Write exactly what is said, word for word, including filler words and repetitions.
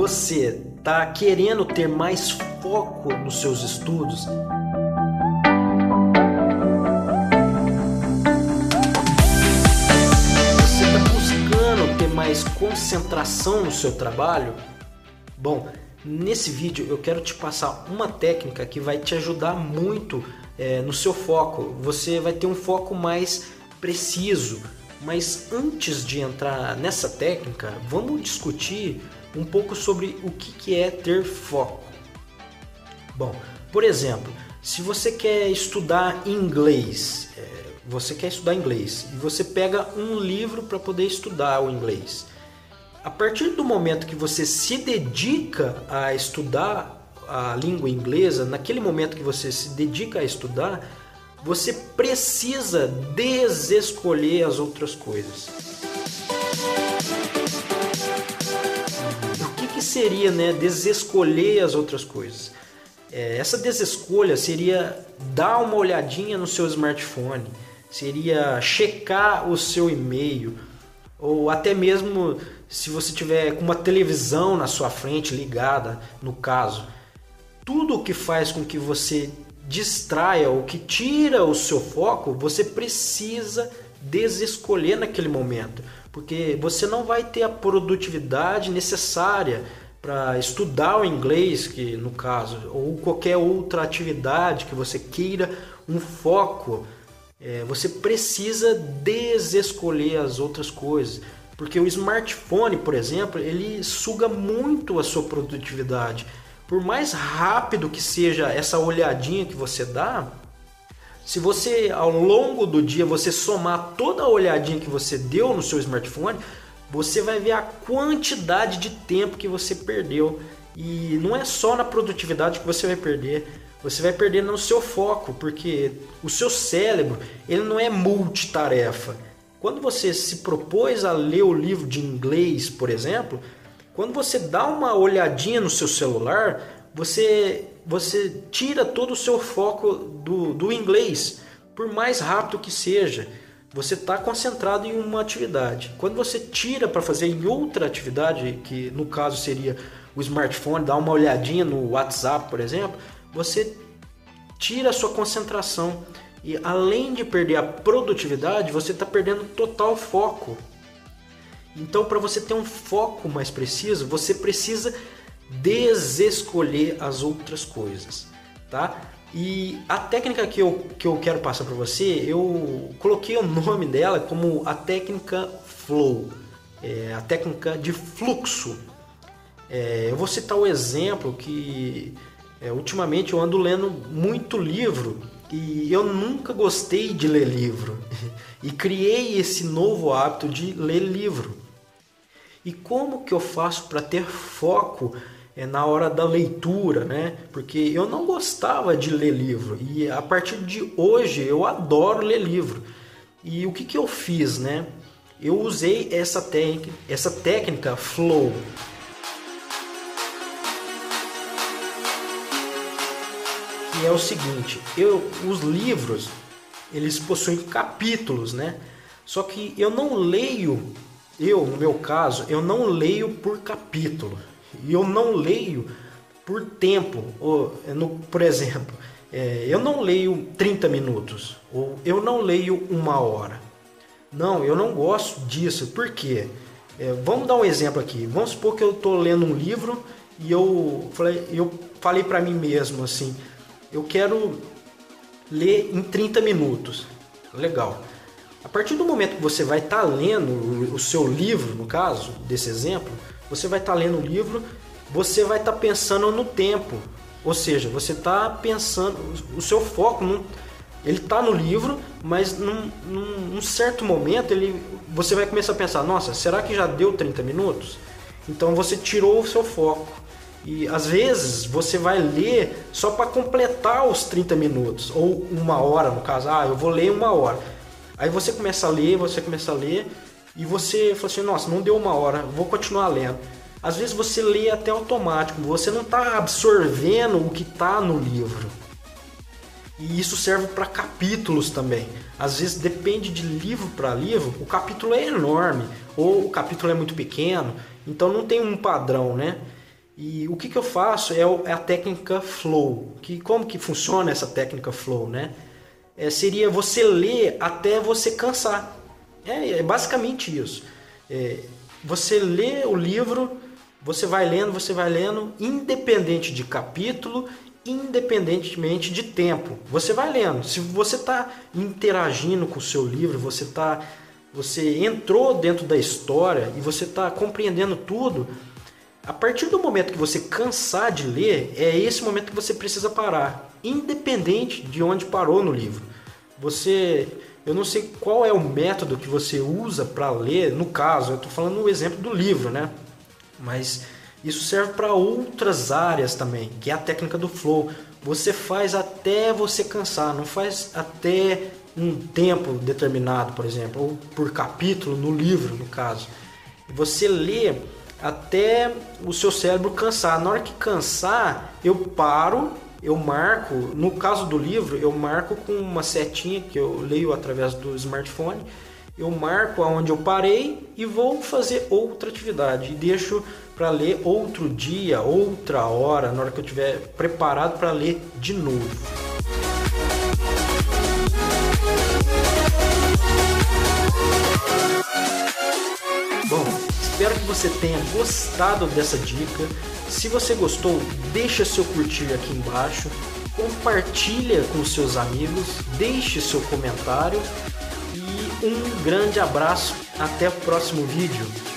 você está querendo ter mais foco nos seus estudos? Você está buscando ter mais concentração no seu trabalho? Bom, nesse vídeo eu quero te passar uma técnica que vai te ajudar muito é, no seu foco. Você vai ter um foco mais preciso. Mas antes de entrar nessa técnica, vamos discutir um pouco sobre o que é ter foco. Bom, por exemplo, se você quer estudar inglês, você quer estudar inglês e você pega um livro para poder estudar o inglês. A partir do momento que você se dedica a estudar a língua inglesa, naquele momento que você se dedica a estudar, você precisa desescolher as outras coisas. O que, que seria, né, desescolher as outras coisas? É, essa desescolha seria dar uma olhadinha no seu smartphone, seria checar o seu e-mail, ou até mesmo se você tiver com uma televisão na sua frente ligada, no caso. Tudo o que faz com que você distraia ou que tira o seu foco, você precisa desescolher naquele momento, porque você não vai ter a produtividade necessária para estudar o inglês, que no caso, ou qualquer outra atividade que você queira um foco. É, você precisa desescolher as outras coisas, porque o smartphone, por exemplo, ele suga muito a sua produtividade. Por mais rápido que seja essa olhadinha que você dá, se você ao longo do dia você somar toda a olhadinha que você deu no seu smartphone, você vai ver a quantidade de tempo que você perdeu. E não é só na produtividade que você vai perder, você vai perder no seu foco, porque o seu cérebro ele não é multitarefa. Quando você se propôs a ler o livro de inglês, por exemplo, quando você dá uma olhadinha no seu celular, você, você tira todo o seu foco do, do inglês, por mais rápido que seja. Você está concentrado em uma atividade. Quando você tira para fazer em outra atividade, que no caso seria o smartphone, dar uma olhadinha no WhatsApp, por exemplo, você tira a sua concentração. E além de perder a produtividade, você está perdendo total foco. Então, para você ter um foco mais preciso, você precisa desescolher as outras coisas, tá? E a técnica que eu, que eu quero passar para você, eu coloquei o nome dela como a técnica Flow, é, a técnica de fluxo. É, eu vou citar o exemplo que é, ultimamente eu ando lendo muito livro e eu nunca gostei de ler livro e criei esse novo hábito de ler livro. E como que eu faço para ter foco é, na hora da leitura, né? Porque eu não gostava de ler livro e a partir de hoje eu adoro ler livro. E o que, que eu fiz, né? Eu usei essa técnica, essa técnica Flow. Que é o seguinte, eu, os livros eles possuem capítulos, né? Só que eu não leio. Eu, no meu caso, eu não leio por capítulo e eu não leio por tempo. Ou, no, por exemplo, é, eu não leio trinta minutos ou eu não leio uma hora. Não, eu não gosto disso. Por quê? É, vamos dar um exemplo aqui. Vamos supor que eu estou lendo um livro e eu falei, eu falei para mim mesmo assim, eu quero ler em trinta minutos. Legal. A partir do momento que você vai estar tá lendo o seu livro, no caso desse exemplo, você vai estar tá lendo o livro, você vai estar tá pensando no tempo. Ou seja, você está pensando, o seu foco, não, ele está no livro, mas num, num, num certo momento ele, você vai começar a pensar, nossa, será que já deu trinta minutos? Então você tirou o seu foco. E às vezes você vai ler só para completar os trinta minutos, ou uma hora no caso, ah, eu vou ler uma hora. Aí você começa a ler, você começa a ler e você fala assim, nossa, não deu uma hora, vou continuar lendo. Às vezes você lê até automático, você não está absorvendo o que está no livro. E isso serve para capítulos também. Às vezes depende de livro para livro, o capítulo é enorme ou o capítulo é muito pequeno, então não tem um padrão, né? E o que, que eu faço é, o, é a técnica flow. Que, como que funciona essa técnica flow, né? É, seria você ler até você cansar. É, é basicamente isso. É, você lê o livro, você vai lendo, você vai lendo, independente de capítulo, independentemente de tempo. Você vai lendo. Se você está interagindo com o seu livro, você tá, você entrou dentro da história e você está compreendendo tudo, a partir do momento que você cansar de ler, é esse momento que você precisa parar, independente de onde parou no livro. Você, eu não sei qual é o método que você usa para ler, no caso, eu estou falando no exemplo do livro, né? Mas isso serve para outras áreas também, que é a técnica do flow. Você faz até você cansar, não faz até um tempo determinado, por exemplo, ou por capítulo no livro, no caso. Você lê até o seu cérebro cansar. Na hora que cansar, eu paro, eu marco, no caso do livro, eu marco com uma setinha que eu leio através do smartphone, eu marco aonde eu parei e vou fazer outra atividade e deixo para ler outro dia, outra hora, na hora que eu estiver preparado para ler de novo. Bom, espero que você tenha gostado dessa dica. Se você gostou, deixa seu curtir aqui embaixo, compartilha com seus amigos, deixe seu comentário e um grande abraço. Até o próximo vídeo.